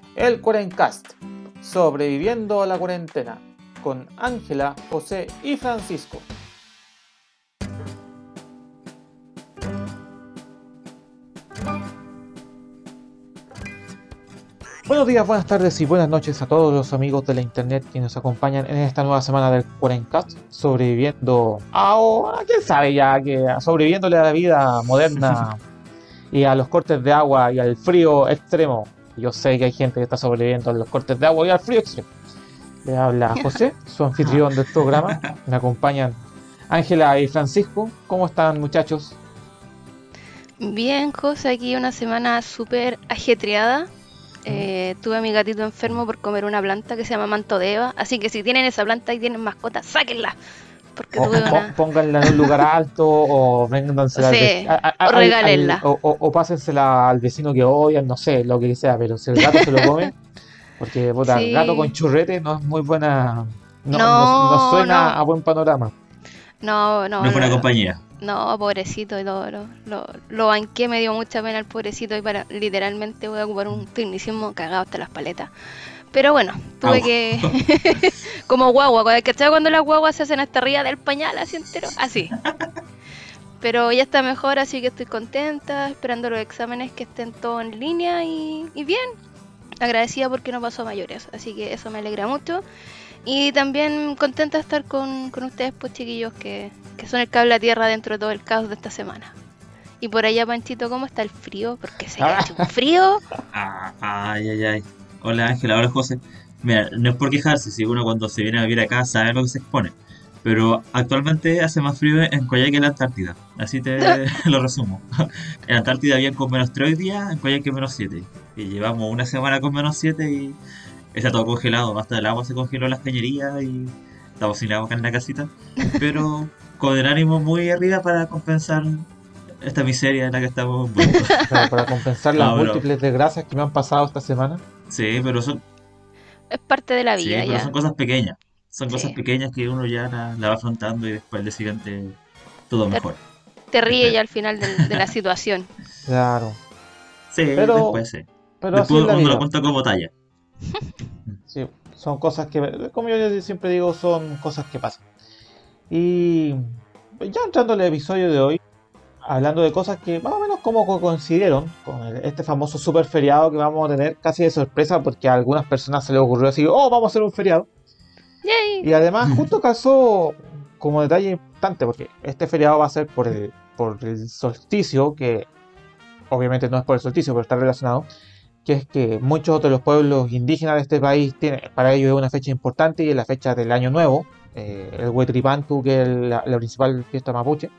el Cuarencast, sobreviviendo a la cuarentena, con Ángela, José y Francisco. Buenos días, buenas tardes y buenas noches a todos los amigos de la internet que nos acompañan en esta nueva semana del Cuarencast, sobreviviendo a quién sabe ya, que sobreviviéndole a la vida moderna y a los cortes de agua y al frío extremo. Yo sé que hay gente que está sobreviviendo a los cortes de agua y al frío extremo. Le habla José, su anfitrión del programa. Me acompañan Ángela y Francisco. ¿Cómo están, muchachos? Bien, José, aquí una semana súper ajetreada. Tuve a mi gatito enfermo por comer una planta que se llama manto de Eva, así que si tienen esa planta y tienen mascota, sáquenla, porque tuve una... Pónganla en un lugar alto o véndansela Sí, o regálenla. o pásensela al vecino que odian, no sé, lo que sea, pero si el gato se lo come, porque puta, gato con Sí, churrete no es muy buena, no no, suena no, a buen panorama. no, No no, es buena no, compañía. no, pobrecito, lo banqué, me dio mucha pena el pobrecito y para, literalmente voy a ocupar un tecnicismo cagado hasta las paletas. Pero bueno, tuve Au. que... como guagua, ¿cachai? Cuando las guaguas se hacen hasta arriba del pañal así entero, así. Pero ya está mejor, así que estoy contenta, esperando los exámenes que estén todos en línea y bien. Agradecida porque no pasó a mayores, así que eso me alegra mucho. Y también contenta de estar con ustedes, pues chiquillos, que son el cable a tierra dentro de todo el caos de esta semana. Y por allá, Panchito, ¿cómo está el frío? Porque se ha hecho un frío. Ay. Hola Ángela, hola José. Mira, no es por quejarse, si uno cuando se viene a vivir acá sabe a lo que se expone. Pero actualmente hace más frío en Coyhaique que en la Antártida. Así te lo resumo. En Antártida habían con -3 hoy día, en Coyhaique -7. Y llevamos una semana con -7 y está todo congelado. Hasta el agua se congeló en las cañerías y estamos sin agua acá en la casita. Pero con el ánimo muy arriba para compensar esta miseria en la que estamos envueltos. Claro, para compensar las No, pero múltiples desgracias que me han pasado esta semana. sí, Es parte de la sí, vida pero son ya. cosas pequeñas. Son cosas Sí. pequeñas que uno ya la va afrontando y después el día siguiente todo Te, mejor. te ríe ya Espero. al final de la situación. Claro, Sí, pero, después sí. pero así es Después la uno lo vida. cuenta como talla. Sí, son cosas que, como yo siempre digo, son cosas que pasan. Y ya entrando al episodio de hoy, hablando de cosas que más o menos como coincidieron con este famoso super feriado que vamos a tener casi de sorpresa porque a algunas personas se les ocurrió así, oh, vamos a hacer un feriado. Yay. Y además justo calzó como detalle importante porque este feriado va a ser por el solsticio, que obviamente no es por el solsticio, pero está relacionado, que es que muchos de los pueblos indígenas de este país tienen, para ellos es una fecha importante y es la fecha del Año Nuevo, el Huetripantu, que es la principal fiesta mapuche.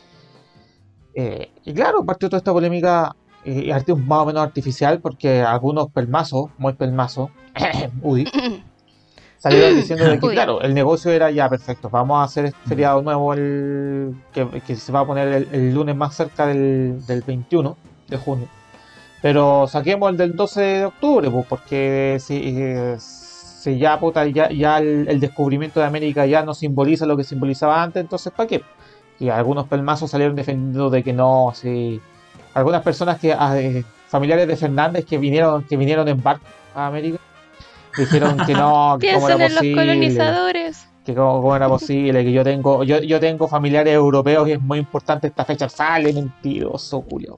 Y claro, partió toda esta polémica más o menos artificial porque algunos pelmazos, muy pelmazos, UDI, salieron diciendo de que Uy, claro, el negocio era ya perfecto, vamos a hacer este feriado nuevo que se va a poner el lunes más cerca del 21 de junio. Pero saquemos el del 12 de octubre, pues, porque si ya, puta, ya el descubrimiento de América ya no simboliza lo que simbolizaba antes, entonces ¿para qué? Y algunos pelmazos salieron defendiendo de que no, si algunas personas familiares de Fernández que vinieron en barco a América, dijeron que no, que cómo era piensen en los posible, colonizadores. que cómo era posible, que yo tengo familiares europeos y es muy importante esta fecha. Sale mentiroso, Julio.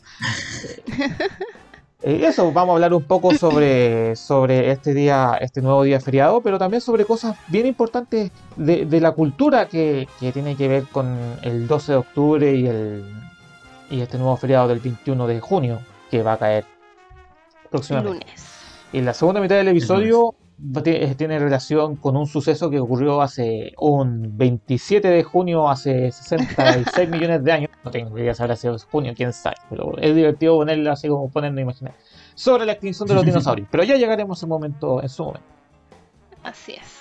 Eso, vamos a hablar un poco sobre este día, este nuevo día feriado, pero también sobre cosas bien importantes de la cultura que tiene que ver con el 12 de octubre y este nuevo feriado del 21 de junio que va a caer próximamente. Lunes. Y la segunda mitad del Es lunes. episodio tiene relación con un suceso que ocurrió hace un 27 de junio, hace 66 millones de años. No tengo idea si habrá sido junio, quién sabe. Pero es divertido ponerlo así como ponernos a imaginar. Sobre la extinción de los dinosaurios. Pero ya llegaremos en su momento. Así es.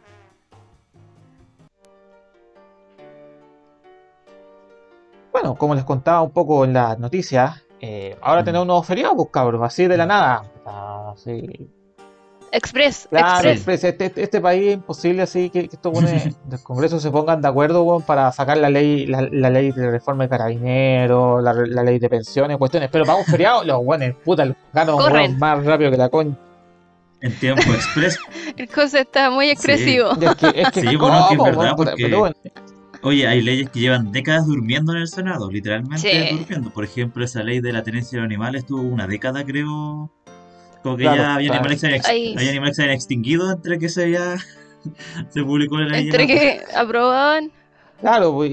Bueno, como les contaba un poco en las noticias, ahora tenemos un nuevo feriado, pues cabros, así de la nada. Así. Express, Claro, Sí. Express. Express, este país es imposible así que estos del Congreso se pongan de acuerdo, weón, para sacar la ley de reforma de carabineros, la ley de pensiones, cuestiones. Pero para un feriado, los weones, puta, los ganan, Corren. weón, más rápido que la coña. en tiempo express. El José está muy Sí, expresivo. Y es que sí, bueno, que es ¿cómo, verdad, weón? Pero porque, bueno, oye, hay leyes que llevan décadas durmiendo en el Senado, literalmente Sí. durmiendo. Por ejemplo, esa ley de la tenencia de los animales estuvo una década, creo, como que claro, ya había animales que Ahí, había animales que se habían extinguido entre que se ya se publicó la ley y la entre otra. que aprobaban. claro, pues,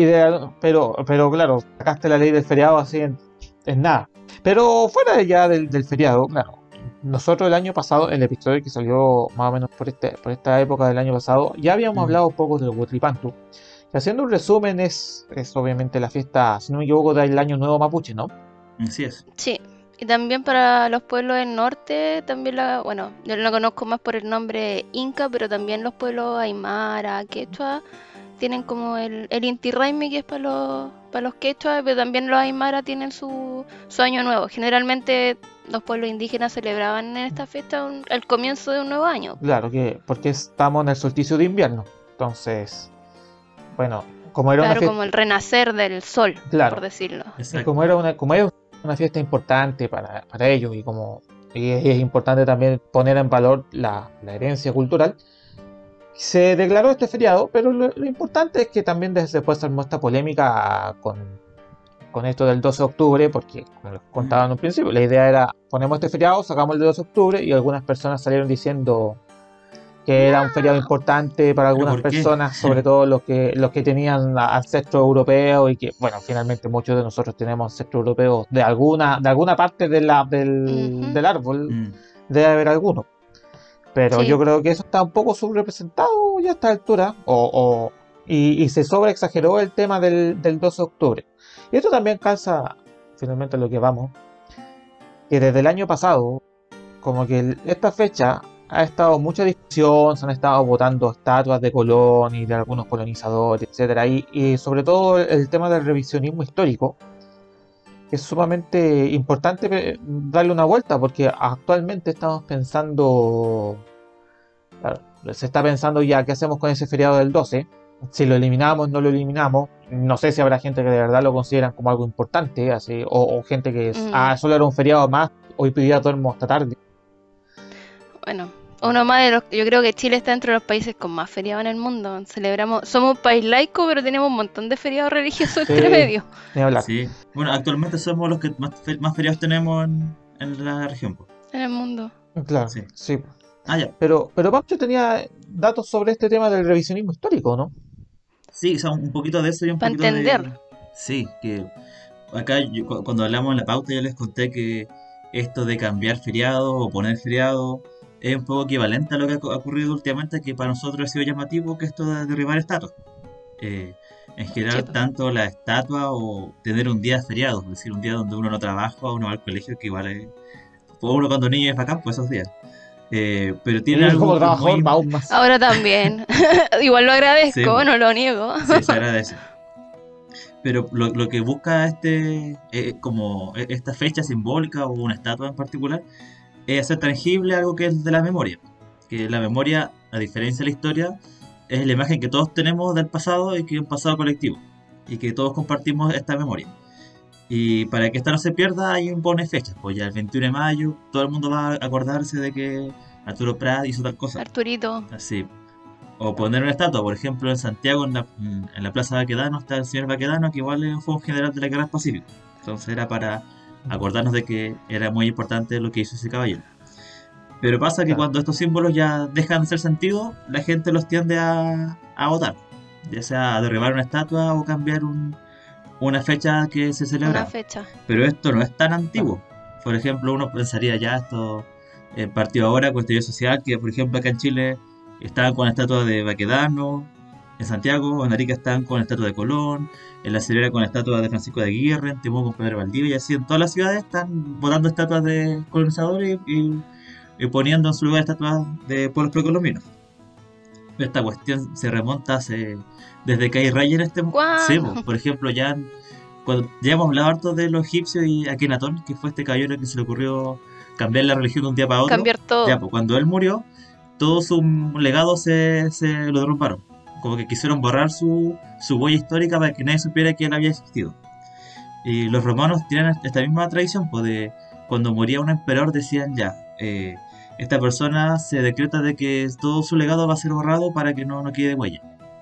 pero claro, sacaste la ley del feriado así en nada. Pero fuera de ya del feriado, claro, nosotros el año pasado, el episodio que salió más o menos por esta época del año pasado, ya habíamos Mm, hablado un poco del Huitripantu. Y haciendo un resumen, es obviamente la fiesta, si no me equivoco, del Año Nuevo Mapuche, ¿no? así es. Sí. Y también para los pueblos del norte, también bueno, yo lo conozco más por el nombre Inca, pero también los pueblos Aymara, Quechua, tienen como el Inti Raymi, que es para los quechua, pero también los Aymara tienen su año nuevo. Generalmente los pueblos indígenas celebraban en esta fiesta el comienzo de un nuevo año. Claro, porque estamos en el solsticio de invierno. Entonces, bueno, como era una Claro, fiesta, como el renacer del sol, por claro, decirlo. y Exacto. como es una fiesta importante para ellos y es importante también poner en valor la herencia cultural, se declaró este feriado, pero lo importante es que también después se armó esta polémica con esto del 12 de octubre, porque como les Mm. contaba en un principio, la idea era ponemos este feriado, sacamos el 12 de octubre y algunas personas salieron diciendo que era un feriado No. importante para ¿Pero algunas por qué? personas, sobre todo los que tenían ancestros europeos y que, bueno, finalmente muchos de nosotros tenemos ancestros europeos de alguna parte Ujú. del árbol, Mm, debe haber alguno. Pero yo Sí, creo que eso está un poco subrepresentado ya a esta altura, y se sobreexageró el tema del 12 de octubre. Y esto también calza finalmente a lo que vamos, que desde el año pasado como que esta fecha ha estado mucha discusión, se han estado votando estatuas de Colón y de algunos colonizadores, etcétera, y sobre todo el tema del revisionismo histórico, que es sumamente importante darle una vuelta, porque actualmente estamos pensando, claro, se está pensando ya qué hacemos con ese feriado del 12, si lo eliminamos, no lo eliminamos, no sé si habrá gente que de verdad lo consideran como algo importante, así, o gente que mm, solo era un feriado más, hoy día duermo hasta tarde. bueno. Uno más de los, yo creo que Chile está entre los países con más feriados en el mundo. Celebramos, somos un país laico, pero tenemos un montón de feriados religiosos entre Sí, medio ni hablar. sí. Bueno, actualmente somos los que más feriados tenemos en la región, po. en el mundo. Claro, Sí. sí. Ah, ya. Pero Pancho tenía datos sobre este tema del revisionismo histórico, ¿no? Sí, o sea, un poquito de eso y un Para poquito entender. de... Sí, que acá cuando hablamos en la pauta yo les conté que esto de cambiar feriado o poner feriado es un poco equivalente a lo que ha ocurrido últimamente, que para nosotros ha sido llamativo, que esto de derribar estatuas. Eh, en Sí, general, po. tanto la estatua o tener un día feriado, es decir, un día donde uno no trabaja o uno va al colegio, que igual es, pues uno cuando niño es bacán, pues esos días. Pero tiene Y como algo que es trabajador, muy... va aún más. Ahora también. Igual lo Sí, agradezco, po, no lo niego. sí, se agradece. Pero lo que busca como esta fecha simbólica o una estatua en particular, es hacer tangible algo que es de la memoria. Que la memoria, a diferencia de la historia, es la imagen que todos tenemos del pasado y que es un pasado colectivo. Y que todos compartimos esta memoria. Y para que esta no se pierda, hay un pone fechas. Pues ya el 21 de mayo, todo el mundo va a acordarse de que Arturo Prat hizo tal cosa. Arturito. Así. O poner una estatua, por ejemplo, en Santiago, en la Plaza Baquedano, está el señor Baquedano, que igual fue un general de la Guerra del Pacífico. Entonces era para acordarnos de que era muy importante lo que hizo ese caballero. Pero pasa que Claro, cuando estos símbolos ya dejan de ser sentido, la gente los tiende a votar. Ya sea a derribar una estatua o cambiar una fecha que se Una celebraba. fecha. Pero esto no es tan claro. antiguo. Por ejemplo, uno pensaría ya esto, partido ahora con estallido social, que por ejemplo acá en Chile estaban con la estatua de Baquedano, en Santiago, en Arica están con la estatua de Colón, en La Serena con la estatua de Francisco de Aguirre, en Temuco con Pedro Valdivia, y así en todas las ciudades están botando estatuas de colonizadores y poniendo en su lugar estatuas de pueblos precolombinos. Esta cuestión se remonta desde que hay reyes en este mundo. Sí, po, ¿Cuándo? por ejemplo, cuando ya hemos hablado harto de los egipcios y Akenatón, que fue este caballero que se le ocurrió cambiar la religión de un día para otro. Cambiar todo. Ya, pues cuando él murió, todo su legado se lo derrumbaron. Como que quisieron borrar su huella histórica para que nadie supiera que él había existido. Y los romanos tienen esta misma tradición, pues de cuando moría un emperador decían ya, esta persona se decreta de que todo su legado va a ser borrado para que no quede huella.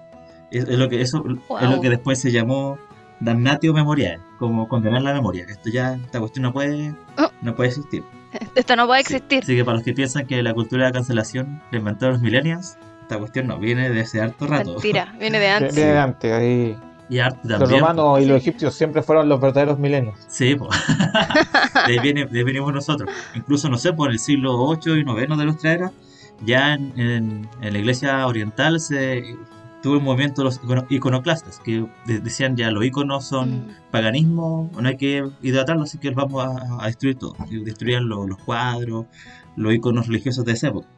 Eso es lo que Wow. después se llamó damnatio memoriae, como condenar la memoria. Esta cuestión no puede existir. Esto no puede Sí. existir. Así que para los que piensan que la cultura de la cancelación la inventaron los millennials, esta cuestión no viene de hace harto rato. Mentira, viene de antes. Viene Sí. de antes, ahí. Y arte Los también. romanos y Sí. los egipcios siempre fueron los verdaderos milenios. Sí, pues. De ahí venimos nosotros. Incluso, no sé, por el siglo 8 y 9 de nuestra era, ya en la iglesia oriental se tuvo un movimiento de los iconoclastas, que decían ya los iconos son Mm. paganismo, no hay que idolatrarlos, así que los vamos a destruir todo. Y destruían los cuadros, los iconos religiosos de esa época.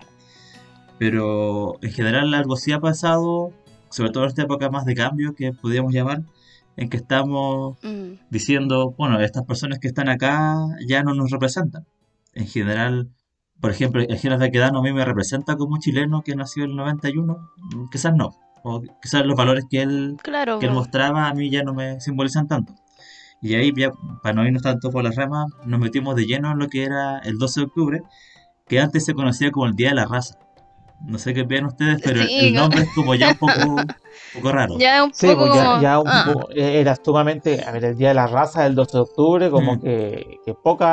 Pero en general algo sí ha pasado, sobre todo en esta época más de cambio que podríamos llamar, en que estamos Mm. diciendo, bueno, estas personas que están acá ya no nos representan. En general, por ejemplo, el Geras Baquedano a mí me representa como un chileno que nació en el 91, quizás no, o quizás los valores Claro, que él mostraba a mí ya no me simbolizan tanto. Y ahí, ya, para no irnos tanto por las ramas, nos metimos de lleno en lo que era el 12 de octubre, que antes se conocía como el Día de la Raza. No sé qué vean ustedes, pero el sí, nombre es como ya un poco raro. ya es un Sí, poco pues como. ya un poco, era sumamente, a ver, el Día de la Raza, el 12 de octubre, como Mm, que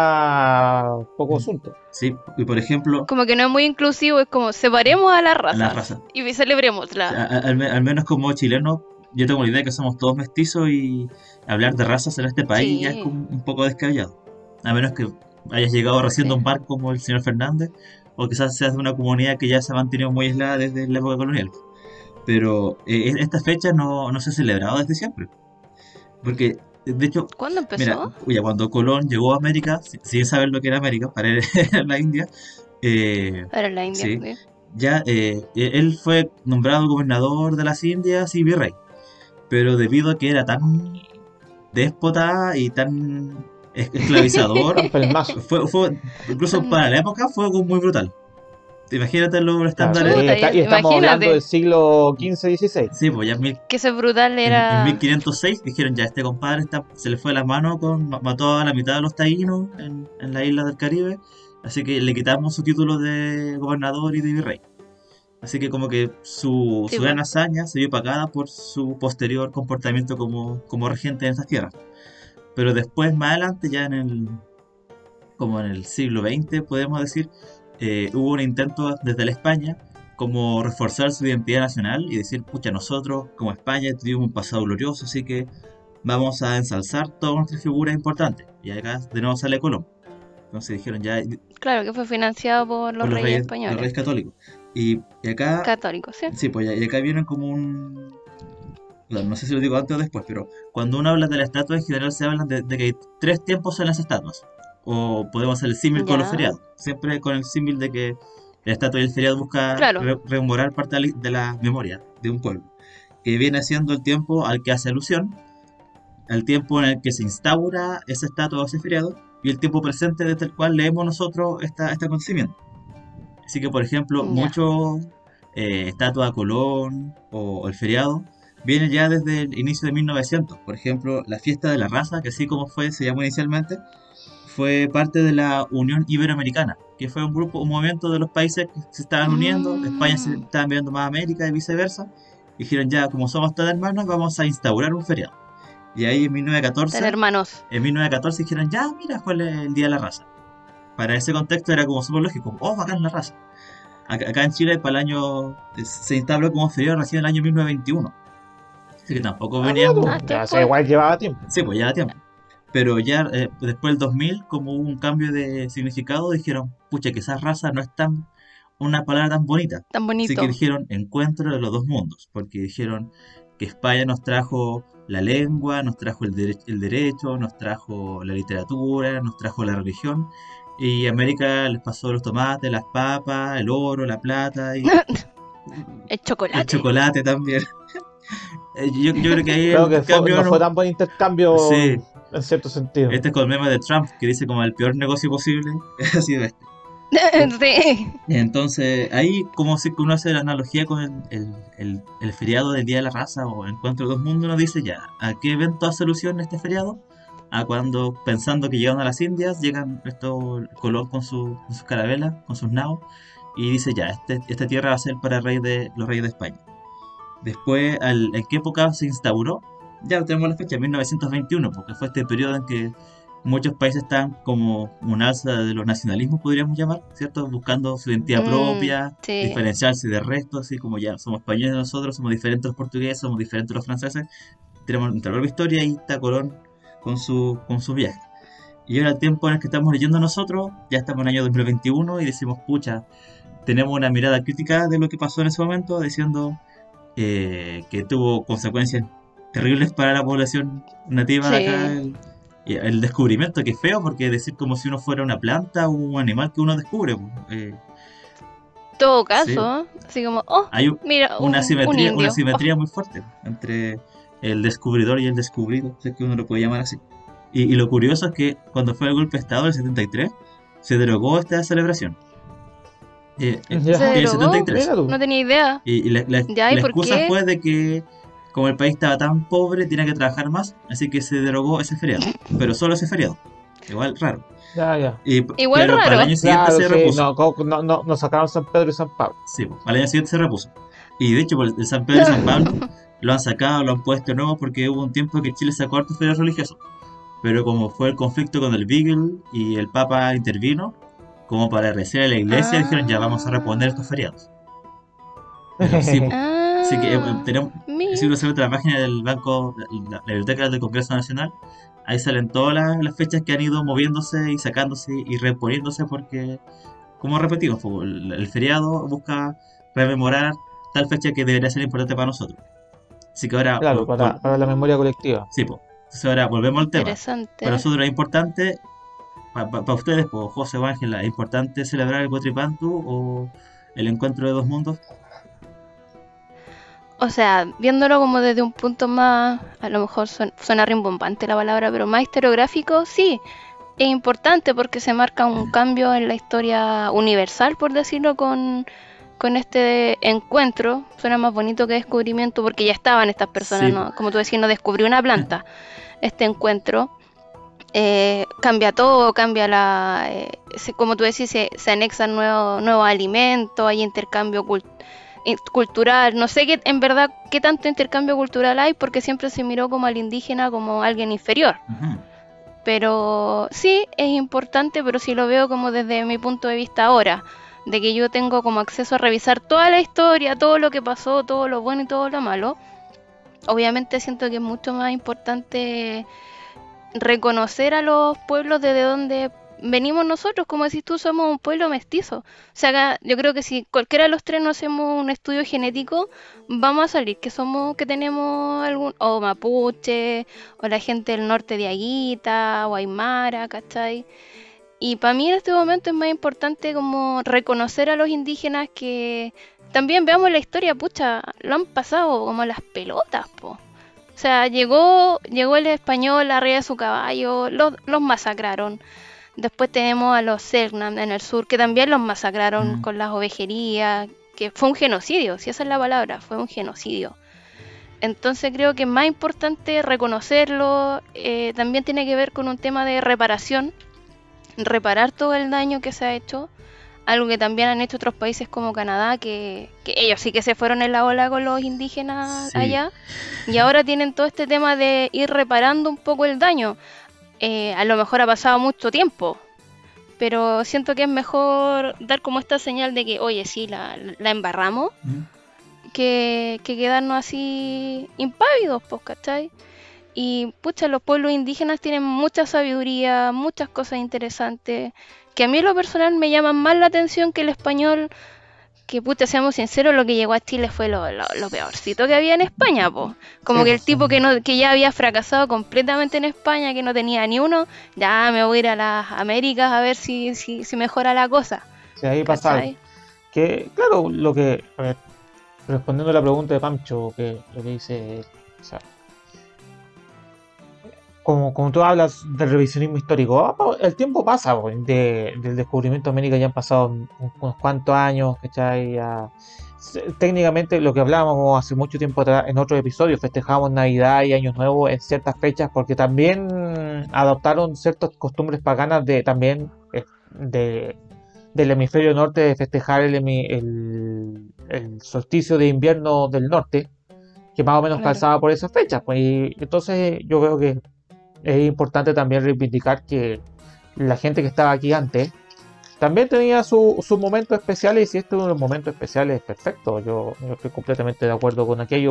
poco mm. asunto. Sí, y por ejemplo, Como que no es muy inclusivo, es como separemos a las la razas raza. y O celebrémosla. sea, al menos como chileno, yo tengo la idea de que somos todos mestizos y hablar de razas en este país ya es Sí, como un poco descabellado. A menos que hayas llegado recién de sí. un barco como el señor Fernández, o quizás seas de una comunidad que ya se ha mantenido muy aislada desde la época colonial. Pero esta fecha no se ha celebrado desde siempre. Porque, de hecho, ¿Cuándo mira, empezó? ya cuando Colón llegó a América, sin saber lo que era América, para él era la India, eh, Era la India. sí, Sí. ya él fue nombrado gobernador de las Indias y virrey. Pero debido a que era tan déspota y tan esclavizador, Tan pelmazo. incluso para la época fue algo muy brutal. Imagínate los Claro, sí, estándares. Chuta, y estamos hablando del imagínate siglo XV-XVI. Sí, pues ya que ese brutal en era. 1506 dijeron ya, este compadre se le fue la mano, mató a la mitad de los taínos en la isla del Caribe, así que le quitamos su título de gobernador y de virrey. Así que como que su Tipo, gran hazaña se vio pagada por su posterior comportamiento como regente en estas tierras. Pero después, más adelante, como en el siglo XX, podemos decir, hubo un intento desde la España como reforzar su identidad nacional y decir, pucha, nosotros como España tuvimos un pasado glorioso, así que vamos a ensalzar todas nuestras figuras importantes. Y acá de nuevo sale Colón. Entonces dijeron ya claro que fue financiado por por los reyes los españoles. reyes católicos. Y acá, Católicos, ¿sí? sí, pues y acá vienen como un... Bueno, no sé si lo digo antes o después, pero cuando uno habla de la estatua, en general se habla de que hay tres tiempos en las estatuas. O podemos hacer el símil con los Ya, feriados. Siempre con el símil de que la estatua y el feriado busca claro. rememorar parte de la memoria de un pueblo. Que viene siendo el tiempo al que hace alusión, al tiempo en el que se instaura esa estatua o ese feriado, y el tiempo presente desde el cual leemos nosotros este acontecimiento. Así que, por ejemplo, Ya. muchos estatua a Colón o el feriado viene ya desde el inicio de 1900. Por ejemplo, la fiesta de la raza, que así como se llamó inicialmente, fue parte de la Unión Iberoamericana, que fue un movimiento de los países que se estaban uniendo. España se Mm, estaba enviando más a América y viceversa. Dijeron ya, como somos todas hermanas, vamos a instaurar un feriado. Y ahí tan hermanos. en 1914 dijeron ya, mira, ¿cuál es el Día de la Raza? Para ese contexto era como súper lógico, oh, bacán la raza. Acá en Chile para el año se instauró como feriado recién en el año 1921. Así que tampoco Ah, mira tú, Ah, veníamos. esto ya, o sea, después. igual llevaba tiempo. Sí, pues ya da tiempo. Pero ya después del 2000, como hubo un cambio de significado, dijeron, pucha, que esa raza no es una palabra tan bonita. Tan Así que bonito. dijeron encuentro de los dos mundos, porque dijeron que España nos trajo la lengua, nos trajo el derecho, nos trajo la literatura, nos trajo la religión, y América les pasó los tomates, las papas, el oro, la plata y El el chocolate. chocolate también. Yo creo que ahí Creo el que cambio no fue no. tan buen intercambio Sí, en cierto sentido. este es con el meme de Trump que dice como el peor negocio posible. Es así de este. Sí. Entonces, ahí como si uno hace la analogía con el feriado del Día de la Raza o Encuentro de dos Mundos, uno dice ya, ¿a qué evento hace alusión este feriado? a cuando, pensando que llegan a las Indias, llegan Colón con sus carabelas, con sus naos, y dice ya, esta tierra va a ser para los reyes de España. Después, ¿en qué época se instauró? Ya tenemos la fecha, 1921, porque fue este periodo en que muchos países están como una alza de los nacionalismos, podríamos llamar, ¿cierto? Buscando su identidad propia, Sí. diferenciarse del resto, así como ya somos españoles nosotros, somos diferentes los portugueses, somos diferentes los franceses, tenemos nuestra propia historia y está Colón con su viaje. Y ahora el tiempo en el que estamos leyendo nosotros, ya estamos en el año 2021 y decimos, pucha, tenemos una mirada crítica de lo que pasó en ese momento, diciendo que tuvo consecuencias terribles para la población nativa de acá. Sí. El descubrimiento, que es feo, porque es decir como si uno fuera una planta o un animal que uno descubre. Todo Sí, caso, así como, oh, hay mira, un una indio. Oh. simetría muy fuerte entre el descubridor y el descubrido, si es que uno lo puede llamar así. Y lo curioso es que cuando fue el golpe de Estado del 73, se derogó esta celebración. ¿Se Ya, En el derogó? 73. mira tú. No tenía idea. Y Ya, ¿y la por excusa qué? fue de que como el país estaba tan pobre, tenía que trabajar más, así que se derogó ese feriado. Pero solo ese feriado. Igual raro. Ya, ya. Igual Pero para el raro. año siguiente Claro, se sí, repuso. no sacaron San Pedro y San Pablo. Sí, pues, al año siguiente se repuso. Y de hecho, por el San Pedro y San Pablo lo han sacado, lo han puesto de nuevo porque hubo un tiempo que Chile sacó hartos feriados religiosos. Pero como fue el conflicto con el Beagle y el Papa intervino, como para recibir a la iglesia, dijeron ya vamos a reponer estos Ah, feriados. Pero sí, pues. Así que ah, tenemos, si mira. uno se mete a la página del banco, la biblioteca del Congreso Nacional, ahí salen todas las fechas que han ido moviéndose y sacándose y reponiéndose porque, como repetimos, pues, el feriado busca rememorar tal fecha que debería ser importante para nosotros. Así que ahora, Claro, para la memoria colectiva. sí, pues, entonces ahora volvemos al tema. Para Interesante. nosotros es importante, para ustedes, pues, José o Ángela, ¿es importante celebrar el Cuatripantu o el encuentro de dos mundos? O sea, viéndolo como desde un punto más, a lo mejor suena rimbombante la palabra, pero más historiográfico, sí, es importante porque se marca un cambio en la historia universal, por decirlo, con este encuentro. Suena más bonito que descubrimiento porque ya estaban estas personas, Sí, pues. ¿no? Como tú decías, no descubrió una planta. Este encuentro cambia todo, cambia como tú decís, se anexan nuevos alimentos, hay intercambio cultural, no sé en verdad qué tanto intercambio cultural hay porque siempre se miró como al indígena como alguien inferior, Ujú. pero sí es importante, pero sí lo veo como desde mi punto de vista ahora, de que yo tengo como acceso a revisar toda la historia, todo lo que pasó, todo lo bueno y todo lo malo. Obviamente siento que es mucho más importante reconocer a los pueblos desde donde venimos nosotros, como decís tú, somos un pueblo mestizo. O sea, yo creo que si cualquiera de los tres no hacemos un estudio genético, vamos a salir que que tenemos o mapuche, o la gente del norte de Aguita, o Aymara, ¿cachai? Y para mí en este momento es más importante como reconocer a los indígenas que también veamos la historia, pucha, lo han pasado como las pelotas, po. O sea, llegó el español arriba de su caballo, los masacraron. Después tenemos a los Selknam en el sur, que también los masacraron Mm. con las ovejerías, que fue un genocidio, si esa es la palabra, fue un genocidio. Entonces creo que es más importante reconocerlo, también tiene que ver con un tema de reparación, reparar todo el daño que se ha hecho, algo que también han hecho otros países como Canadá, que ellos sí que se fueron en la ola con los indígenas Sí. allá, y ahora tienen todo este tema de ir reparando un poco el daño. A lo mejor ha pasado mucho tiempo, pero siento que es mejor dar como esta señal de que, oye, sí, la embarramos, Mm. que quedarnos así impávidos, pues, ¿cachai? Y pucha, los pueblos indígenas tienen mucha sabiduría, muchas cosas interesantes, que a mí en lo personal me llaman más la atención que el español, que pucha, seamos sinceros, lo que llegó a Chile fue lo peorcito que había en España, po. Sí, Como que el pues tipo son. que ya había fracasado completamente en España, que no tenía ni uno, ya me voy a ir a las Américas a ver si mejora la cosa, Si ahí pasa algo. ¿cachai? Que, claro, a ver, respondiendo a la pregunta de Pancho, que lo que dice, o sea, como tú hablas del revisionismo histórico, el tiempo pasa, po, del descubrimiento de América ya han pasado unos cuantos años, ¿cachai? Técnicamente lo que hablábamos hace mucho tiempo atrás en otros episodios, festejamos Navidad y Año Nuevo en ciertas fechas porque también adoptaron ciertas costumbres paganas de, del hemisferio norte de festejar el solsticio de invierno del norte, que más o menos Claro. calzaba por esas fechas. Pues, y entonces yo creo que es importante también reivindicar que la gente que estaba aquí antes también tenía sus momentos especiales, y si este es uno de los momentos especiales, perfecto. Yo estoy completamente de acuerdo con aquello,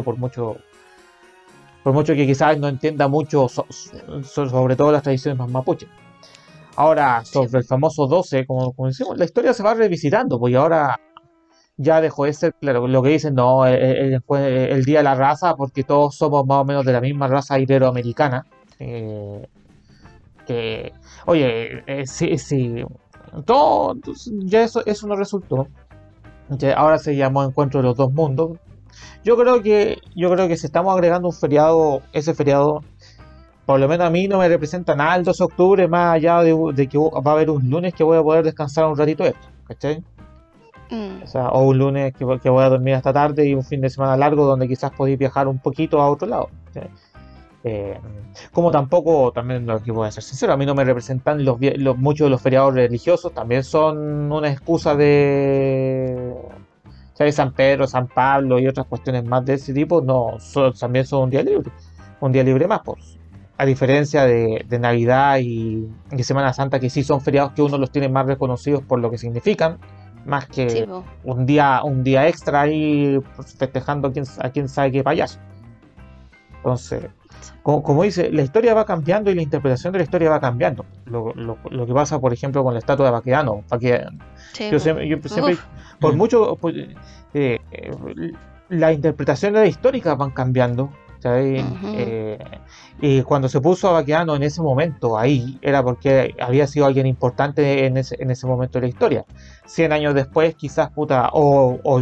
por mucho que quizás no entienda mucho sobre todo las tradiciones más mapuche. Ahora, Sí. sobre el famoso 12, como decimos, la historia se va revisitando, pues y ahora ya dejó de ser, claro, lo que dicen, no, fue el día de la raza, porque todos somos más o menos de la misma raza iberoamericana. Eh, que, oye, sí, sí, todo, ya eso no resultó. Ya ahora se llamó Encuentro de los Dos Mundos. Yo creo que si estamos agregando un feriado, ese feriado, por lo menos a mí no me representa nada el 12 de octubre, más allá de que va a haber un lunes que voy a poder descansar un ratito esto, ¿cachai? Mm, O sea, o un lunes que voy a dormir hasta tarde y un fin de semana largo donde quizás podéis viajar un poquito a otro lado. ¿Sí? Eh, como tampoco, también lo que voy a ser sincero, a mí no me representan muchos de los feriados religiosos, también son una excusa de, ¿sabes? San Pedro, San Pablo y otras cuestiones más de ese tipo, no, también son un día libre más, pues. A diferencia de Navidad y Semana Santa, que sí son feriados que uno los tiene más reconocidos por lo que significan, más sí, que po. un día extra ahí pues, festejando a quién sabe qué payaso. Entonces, como dice, la historia va cambiando y la interpretación de la historia va cambiando. Lo que pasa, por ejemplo, con la estatua de Baquedano. Sí, Yo po. siempre, yo siempre Uf, por mucho, eh, eh, las interpretaciones históricas van cambiando. ¿Sabes? ujú, Y cuando se puso a Baquedano en ese momento ahí, era porque había sido alguien importante en ese momento de la historia. 100 años después, quizás, puta, o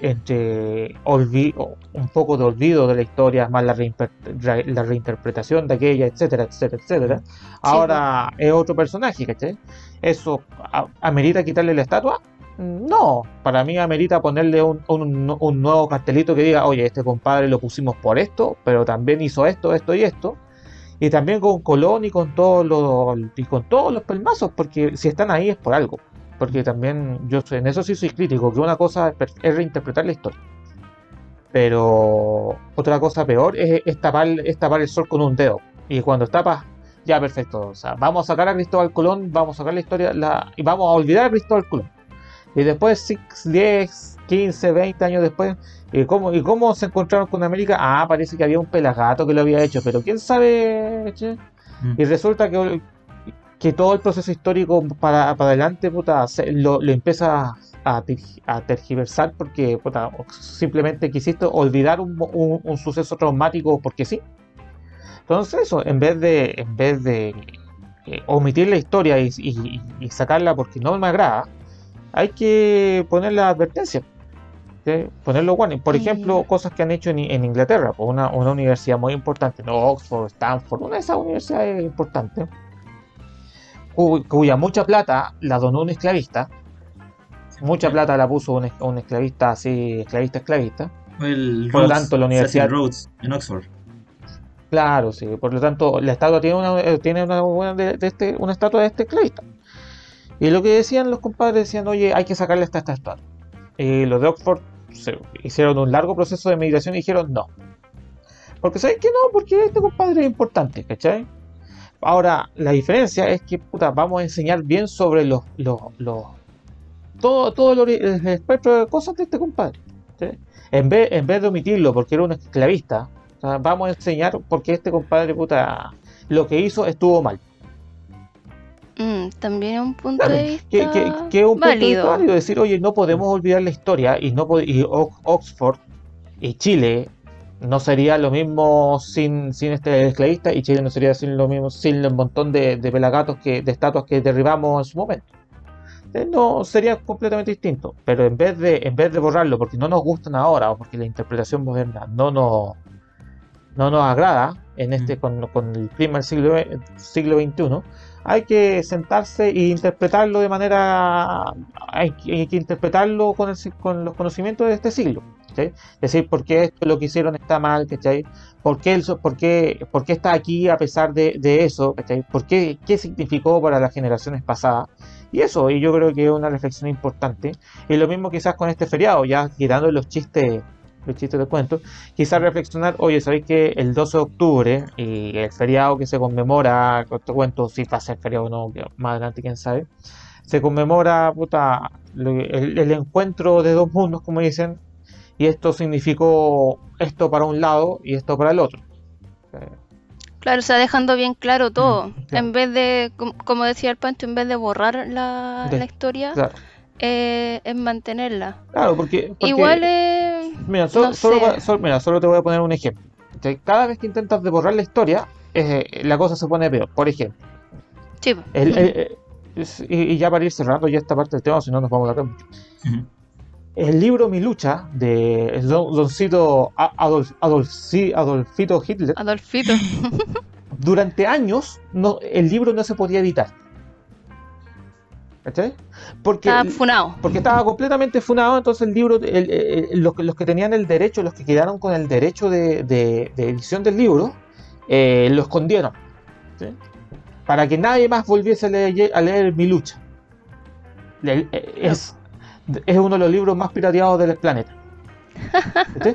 un poco de olvido de la historia, más la reinterpretación de aquella, etcétera, etcétera, etcétera. sí, po. Ahora es otro personaje, ¿cachai? ¿Eso amerita quitarle la estatua? No, para mí amerita ponerle un nuevo cartelito que diga, oye, este compadre lo pusimos por esto, pero también hizo esto, esto y esto. Y también con Colón y con todos los pelmazos, porque si están ahí es por algo. Porque también en eso sí soy crítico, que una cosa es reinterpretar la historia. Pero otra cosa peor es tapar el sol con un dedo. Y cuando tapas, ya perfecto. O sea, vamos a sacar a Cristóbal Colón, vamos a sacar la historia y vamos a olvidar a Cristóbal Colón. Y después, 10, 15, 20 años después, ¿y cómo se encontraron con América? Ah, parece que había un pelagato que lo había hecho, pero quién sabe, che? Mm. Y resulta que todo el proceso histórico para adelante, puta, lo empieza a tergiversar porque, puta, simplemente quisiste olvidar un suceso traumático porque sí. Entonces, eso, en vez de omitir la historia y sacarla porque no me agrada, hay que poner la advertencia, ¿sí? Ponerlo warning. Por Mm, ejemplo, cosas que han hecho en Inglaterra, pues una universidad muy importante, no Oxford, Stanford, una de esas universidades importantes, cuya mucha plata la donó un esclavista, mucha Ya. plata la puso un esclavista así, esclavista. Fue el Por lo tanto, Rhodes, la Cecil universidad, Rhodes, en Oxford. claro, sí, por lo tanto, la estatua tiene una estatua de este esclavista. Y lo que decían los compadres, decían, oye, hay que sacarle esta estatua. Y los de Oxford hicieron un largo proceso de migración y dijeron no. Porque ¿sabes qué no? Porque este compadre es importante, ¿cachai? Ahora, la diferencia es que, puta, vamos a enseñar bien sobre todo el espectro de cosas de este compadre. ¿Sí? En vez de omitirlo porque era un esclavista, o sea, vamos a enseñar porque este compadre, puta, lo que hizo estuvo mal. también es un punto Claro, de que vista es un punto de vista válido. válido, decir, oye, no podemos olvidar la historia y Oxford y Chile no sería lo mismo sin este esclavista y Chile no sería lo mismo sin el montón de pelagatos de estatuas que derribamos en su momento. No, sería completamente distinto, pero en vez de borrarlo porque no nos gustan ahora o porque la interpretación moderna no nos agrada, en con el clima del siglo XXI, hay que sentarse e interpretarlo de manera, hay que interpretarlo con los conocimientos de este siglo. ¿Cachai? Es decir, por qué esto lo que hicieron está mal, ¿cachai? ¿Por qué está aquí a pesar de eso? ¿Cachai? ¿Qué significó para las generaciones pasadas? Y eso, y yo creo que es una reflexión importante. Y lo mismo quizás con este feriado, ya quitando los chistes de cuento, quizás reflexionar, oye, ¿sabéis que el 12 de octubre y el feriado que se conmemora, con este cuento, si va a ser feriado o no, que más adelante quién sabe, se conmemora el encuentro de dos mundos, como dicen, y esto significó esto para un lado y esto para el otro. Claro, o sea, dejando bien claro todo. Claro. En vez de, como decía el Pancho, en vez de borrar la historia, Claro, es mantenerla. claro, porque Igual mira, no sé. solo te voy a poner un ejemplo. Cada vez que intentas de borrar la historia, la cosa se pone peor. Por ejemplo, Sí, po. y ya para ir cerrando ya esta parte del tema, si no nos vamos a alargar mucho. Ujú. El libro Mi lucha de Doncito Adolfito Hitler, Adolfito. durante años el libro no se podía editar. ¿Cachai? Estaba funado. Porque estaba completamente funado, entonces el libro, los que tenían el derecho, los que quedaron con el derecho de edición del libro, lo escondieron, ¿sí? Para que nadie más volviese a leer Mi lucha. Es uno de los libros más pirateados del planeta. ¿Sí?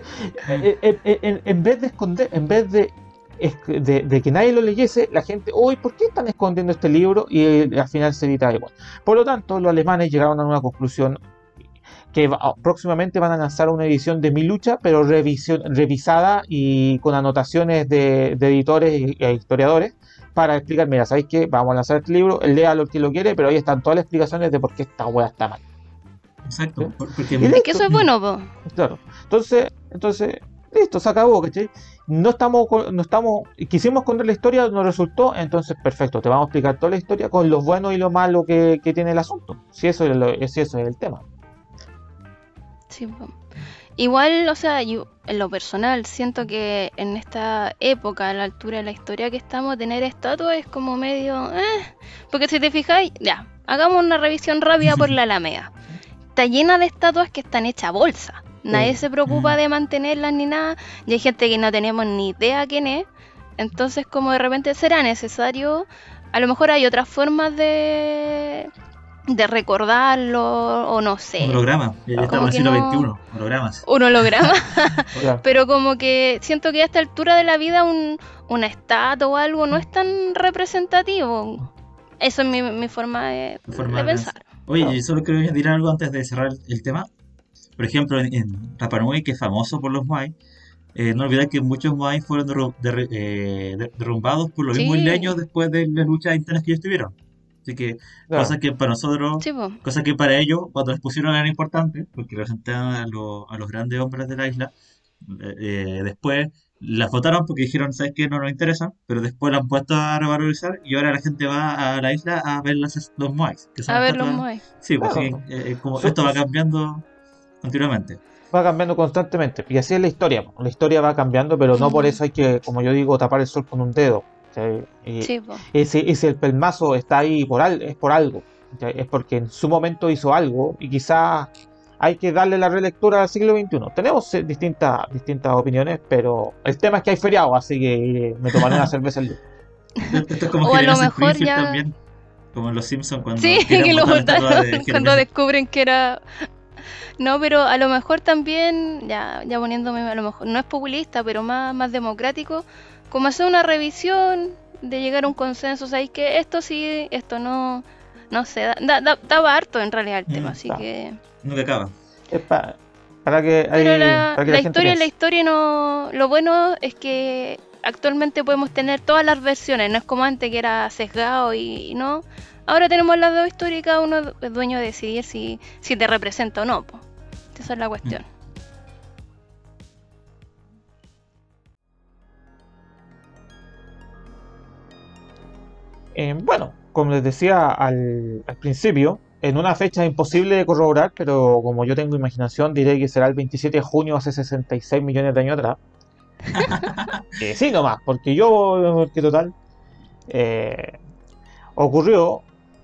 En vez de esconder, en vez de que nadie lo leyese, la gente, uy, ¿por qué están escondiendo este libro? Y al final se edita igual. Por lo tanto, los alemanes llegaron a una conclusión que próximamente van a lanzar una edición de Mi lucha, pero revisada y con anotaciones de editores e historiadores para explicar, mira, ¿sabéis qué? Vamos a lanzar este libro, lea lo que lo quiere, pero ahí están todas las explicaciones de por qué esta wea está mal. Exacto. ¿Sí? Porque Y Es que eso es bueno, po. Claro. Entonces, listo, se acabó, ¿cachai? No estamos, quisimos contar la historia, nos resultó, entonces perfecto, te vamos a explicar toda la historia con lo bueno y lo malo que tiene el asunto. Si eso es el tema. Sí, po. Igual, o sea, yo en lo personal siento que en esta época, a la altura de la historia que estamos, tener estatuas es como medio... Porque si te fijáis, ya, hagamos una revisión rápida por la Alameda. Está llena de estatuas que están hechas a bolsa. Nadie se preocupa de mantenerlas ni nada. Y hay gente que no tenemos ni idea quién es. Entonces, como de repente será necesario, a lo mejor hay otras formas de recordarlo, o no sé. un holograma. Ya estamos en el Como siglo que XXI. Hologramas. un holograma. Ya. Pero como que siento que a esta altura de la vida una estatua o algo no es tan representativo. Eso es mi forma de pensar. Oye, Claro. yo solo quiero añadir algo antes de cerrar el tema. Por ejemplo, en Rapa Nui, que es famoso por los Moai, no olvidar que muchos Moai fueron derrumbados por los mismos Sí, isleños después de las luchas internas que ellos tuvieron. Así que Claro. cosas que para nosotros, sí, po. cosas que para ellos, cuando les pusieron eran importantes, porque representaban a los grandes hombres de la isla, después las votaron porque dijeron, ¿sabes qué? No nos interesan, pero después las han puesto a revalorizar y ahora la gente va a la isla a ver los Moais, que son A ver los estatuas. Moai. Sí, pues Claro. así que, como Su- esto va cambiando continuamente. Va cambiando constantemente. Y así es la historia. La historia va cambiando, pero no por Ujú. eso hay que, como yo digo, tapar el sol con un dedo. ¿Cachai? Sí, po. Y si el pelmazo está ahí es por algo. ¿Cachai? Es porque en su momento hizo algo y quizás hay que darle la relectura al siglo XXI. Tenemos distintas opiniones, pero el tema es que hay feriado, así que me tomaré una cerveza el día. Esto es como O a lo Jeremy mejor Springfield ya... también, como en Los Simpsons cuando Sí, querían que lo botar la estatua de votaron cuando Jeremy. descubren que era... No, pero a lo mejor también, ya poniéndome, a lo mejor no es populista, pero más democrático, como hacer una revisión, de llegar a un consenso, ¿sabéis que esto sí, esto no sé, daba harto en realidad el tema, así claro. que... Nunca acaba. Es para que, Pero para que la gente piense. historia no... Lo bueno es que actualmente podemos tener todas las versiones, no es como antes que era sesgado y no... Ahora tenemos las dos historias y cada uno es dueño de decidir si te representa o no, po. Esa es la cuestión. Bueno, como les decía al principio, en una fecha imposible de corroborar, pero como yo tengo imaginación, diré que será el 27 de junio hace 66 millones de años atrás. Sí, nomás, porque total, eh, ocurrió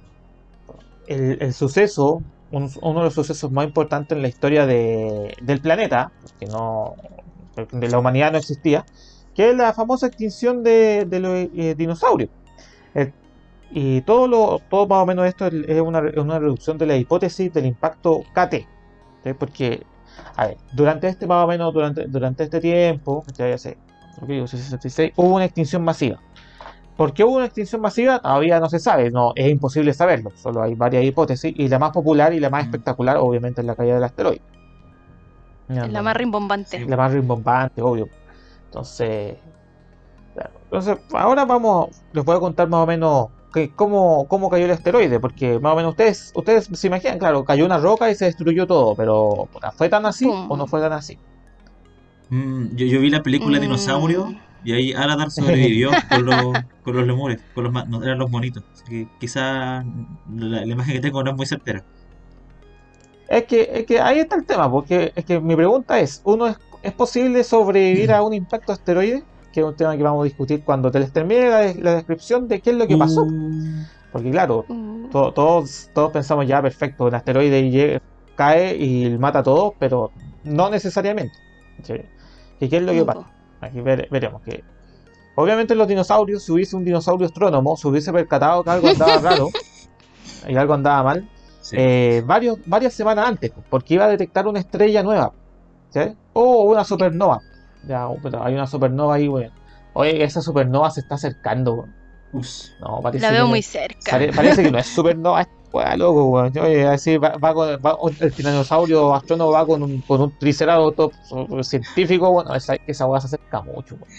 el suceso, uno de los sucesos más importantes en la historia del planeta, que no, de la humanidad no existía, que es la famosa extinción de los dinosaurios. Eh, y todo más o menos esto es una reducción de la hipótesis del impacto KT. ¿Sí? Porque, a ver, durante este tiempo, ya sé, 66, hubo una extinción masiva. ¿Por qué hubo una extinción masiva? Todavía no se sabe, no, es imposible saberlo. Solo hay varias hipótesis y la más popular y la más Mm, espectacular, obviamente, es la caída del asteroide. Ya Es la más no, sí, rimbombante. la más rimbombante, obvio. Entonces, claro. Entonces, ahora les voy a contar más o menos cómo cayó el asteroide, porque más o menos ustedes se imaginan, claro, cayó una roca y se destruyó todo, pero puta, ¿fue tan así o no Pum. fue tan así? Yo vi la película Dinosaurio Mm, y ahí Aladar sobrevivió con los lemures, no, eran los monitos. Así que quizá la imagen que tengo no es muy certera. Es que ahí está el tema, porque es que mi pregunta ¿es posible sobrevivir a un impacto asteroide? Que es un tema que vamos a discutir cuando te les termine la descripción de qué es lo que pasó. Uh, Porque claro, uh, todos pensamos ya, perfecto, un asteroide cae y mata a todos, pero no necesariamente. ¿Sí? ¿Y qué es lo que no, pasa? po. Aquí veremos que obviamente los dinosaurios, si hubiese un dinosaurio astrónomo, se hubiese percatado que algo andaba raro y algo andaba mal sí. varias semanas antes, porque iba a detectar una estrella nueva, ¿sí? O una supernova. Ya, pero hay una supernova ahí, weón. Oye, esa supernova se está acercando, weón. Us. No, La veo muy cerca. parece que no es supernova, es weá, loco, weón. Oye, así el tiranosaurio astrónomo va con un triceratops científico, bueno, esa weá se acerca mucho, weón.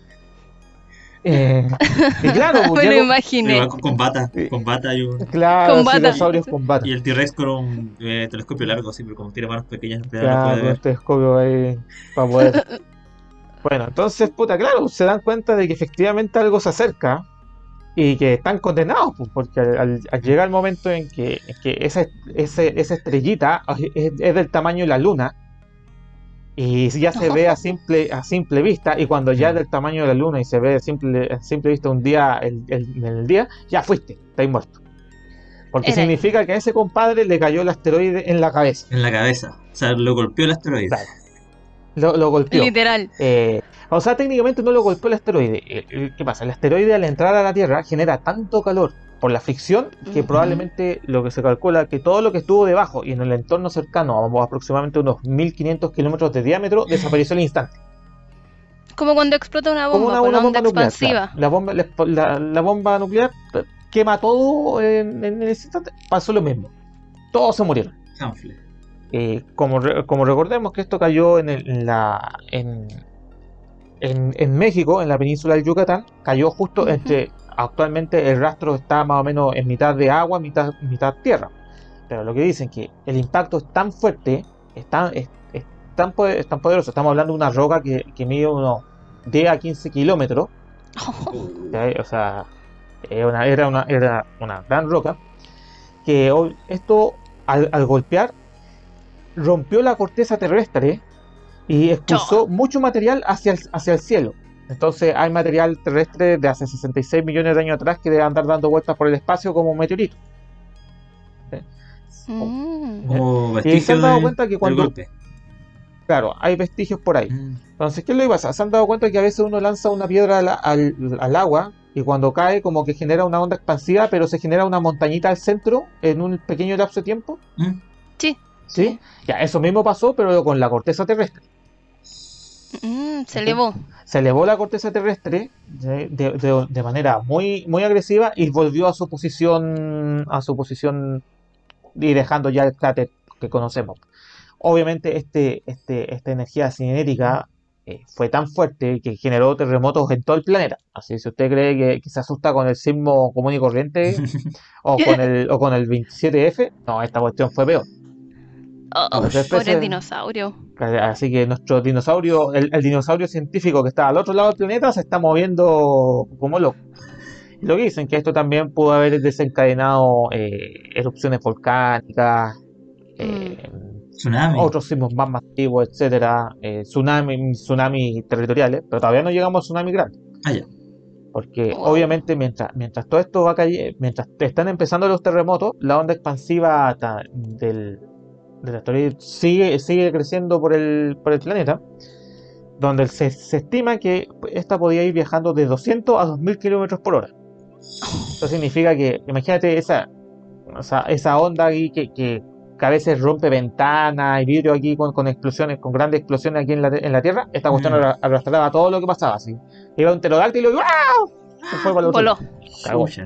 Eh, y claro, pues, Me lo Igual imaginé. eh, con bata claro, Con sí, bata. dinosaurios con bata. y el T-Rex con un telescopio largo, así, pero como tiene manos pequeñas, en realidad no Claro, puede con un ver. telescopio ahí para poder. Bueno, entonces, puta, claro, se dan cuenta de que efectivamente algo se acerca y que están condenados, pues, porque al Mm. llegar el momento en que esa estrellita es del tamaño de la luna y ya se ve a simple vista, y cuando ya es Mm. del tamaño de la luna y se ve a simple vista un día, en el día, ya fuiste, estáis muerto. Porque Era ahí. significa que a ese compadre le cayó el asteroide en la cabeza. En la cabeza. O sea, lo golpeó el asteroide. Claro, lo golpeó. Literal. O sea, técnicamente no lo golpeó el asteroide. ¿Qué pasa? El asteroide al entrar a la Tierra genera tanto calor por la fricción que Ujú. probablemente lo que se calcula que todo lo que estuvo debajo y en el entorno cercano, a aproximadamente unos 1500 kilómetros de diámetro, desapareció al instante. Como cuando explota una Como bomba, una, con una la onda bomba nuclear, claro. expansiva. La bomba nuclear quema todo en ese instante. Pasó lo mismo. Todos se murieron. Chanfle. Como recordemos que esto cayó en México, en la península del Yucatán, cayó justo Ujú. actualmente el rastro está más o menos en mitad de agua, mitad tierra. Pero lo que dicen que el impacto es tan fuerte, es tan poderoso. Estamos hablando de una roca que mide unos 10 a 15 kilómetros. ¿Sí? O sea, era una gran roca. Que esto, al golpear, rompió la corteza terrestre y Chao. expulsó mucho material hacia el cielo. Entonces hay material terrestre de hace 66 millones de años atrás que debe andar dando vueltas por el espacio como un meteorito. ¿Sí? Mm. Como Y se vestigio han dado cuenta que del cuando, golpe. claro, hay vestigios por ahí. Mm. Entonces, ¿qué es lo que pasa? Se han dado cuenta que a veces uno lanza una piedra al agua y cuando cae como que genera una onda expansiva, pero se genera una montañita al centro en un pequeño lapso de tiempo. Mm. Sí, ¿Sí? sí. Ya, eso mismo pasó, pero con la corteza terrestre. Se ¿Ok? elevó. Se elevó la corteza terrestre de manera muy, muy agresiva y volvió a su posición y dejando ya el cráter que conocemos. Obviamente esta energía cinética fue tan fuerte que generó terremotos en todo el planeta. Así si usted cree que se asusta con el sismo común y corriente o con el 27F, no, esta cuestión fue peor. Oh, Muchas pobre especies. dinosaurio. Así que nuestro dinosaurio, el dinosaurio científico que está al otro lado del planeta, se está moviendo como loco. Y lo que dicen que esto también pudo haber desencadenado erupciones volcánicas, Mm. eh, Tsunami. otros sismos más masivos, etcétera, tsunamis territoriales, pero todavía no llegamos al tsunami grande. Ah, ya. Porque Wow. obviamente mientras todo esto va cayendo, mientras están empezando los terremotos, la onda expansiva del asteroide sigue creciendo por el planeta, donde se estima que esta podía ir viajando de 200 a 2000 kilómetros por hora. Eso significa que, imagínate esa onda aquí que a veces rompe ventanas y vidrio aquí con explosiones, con grandes explosiones aquí en la Tierra. Esta cuestión arrastraba todo lo que pasaba, así. Iba un pterodáctilo y ¡wow! Se fue para el otro Voló. lado. Cagó. Chucha.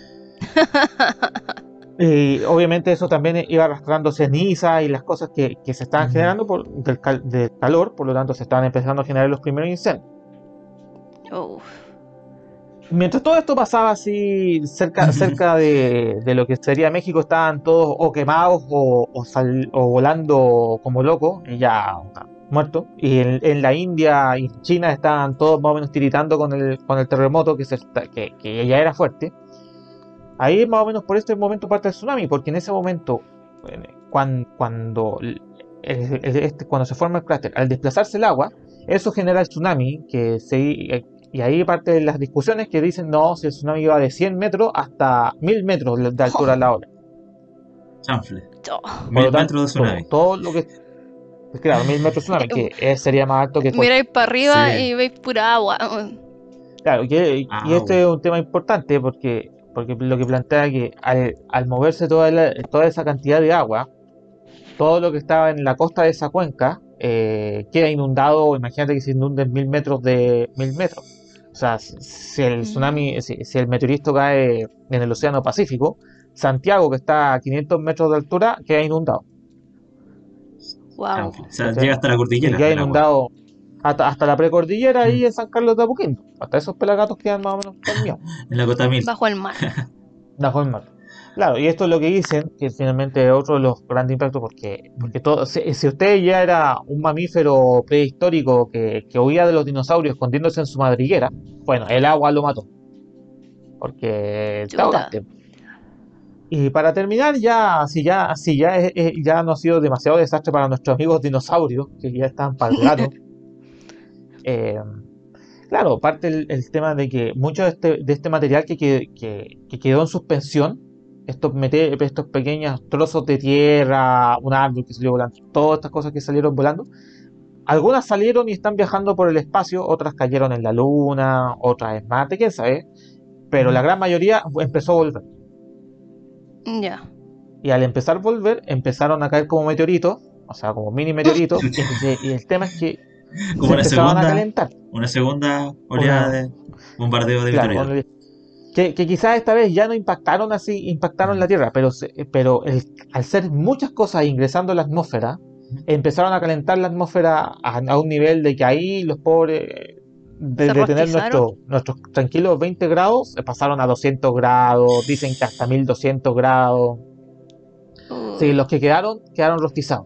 Y obviamente eso también iba arrastrando ceniza y las cosas que se estaban generando del calor, por lo tanto se estaban empezando a generar los primeros incendios. Uf. Mientras todo esto pasaba así cerca de lo que sería México, estaban todos o quemados o volando como locos y ya muertos. Y en la India y China estaban todos más o menos tiritando con el terremoto que ya era fuerte. Ahí más o menos por este momento parte el tsunami, porque en ese momento, cuando se forma el cráter, al desplazarse el agua, eso genera el tsunami, y ahí parte de las discusiones que dicen, no, si el tsunami iba de 100 metros hasta 1000 metros de altura a la hora. Chanfle. Oh. Por lo 1000 metros de tanto, tsunami. todo lo que... Claro, 1000 metros de tsunami, que sería más alto que... Miráis para arriba Sí. y veis pura agua. Claro, y Ah, este es un tema importante porque lo que plantea que al moverse toda esa cantidad de agua, todo lo que estaba en la costa de esa cuenca queda inundado. Imagínate que se inunden 1000 metros de 1000 metros. O sea, si el tsunami, si el meteorito cae en el Océano Pacífico, Santiago, que está a 500 metros de altura, queda inundado. Wow. chanfle. O sea, ¿Cachai? llega hasta la Y cordillera queda del agua. inundado hasta la precordillera ahí en San Carlos de Apoquindo. Hasta esos pelagatos quedan más o menos dormidos. En la cota 1000. Bajo el mar. Bajo el mar. Claro, y esto es lo que dicen, que finalmente es otro de los grandes impactos, porque todo, si usted ya era un mamífero prehistórico que huía de los dinosaurios escondiéndose en su madriguera, bueno, el agua lo mató, porque te Chuta. ahogaste. Y para terminar, ya no ha sido demasiado desastre para nuestros amigos dinosaurios, que ya están para el gato. Claro, parte el tema de que mucho de este material que quedó en suspensión, estos pequeños trozos de tierra, un árbol que salió volando, todas estas cosas que salieron volando, algunas salieron y están viajando por el espacio, otras cayeron en la Luna, otras en Marte, quién sabe, pero la gran mayoría empezó a volver. Ya. Y al empezar a volver, empezaron a caer como meteoritos, o sea, como mini meteoritos, y el tema es que Como se una empezaban a segunda, calentar. una segunda oleada Una- de bombardeo de Claro, meteoritos. que quizás esta vez ya no impactaron la Tierra, pero al ser muchas cosas ingresando a la atmósfera, empezaron a calentar la atmósfera a un nivel de que ahí los pobres, de tener rostizaron? nuestros tranquilos 20 grados, pasaron a 200 grados, dicen que hasta 1200 grados. Sí, los que quedaron rostizados.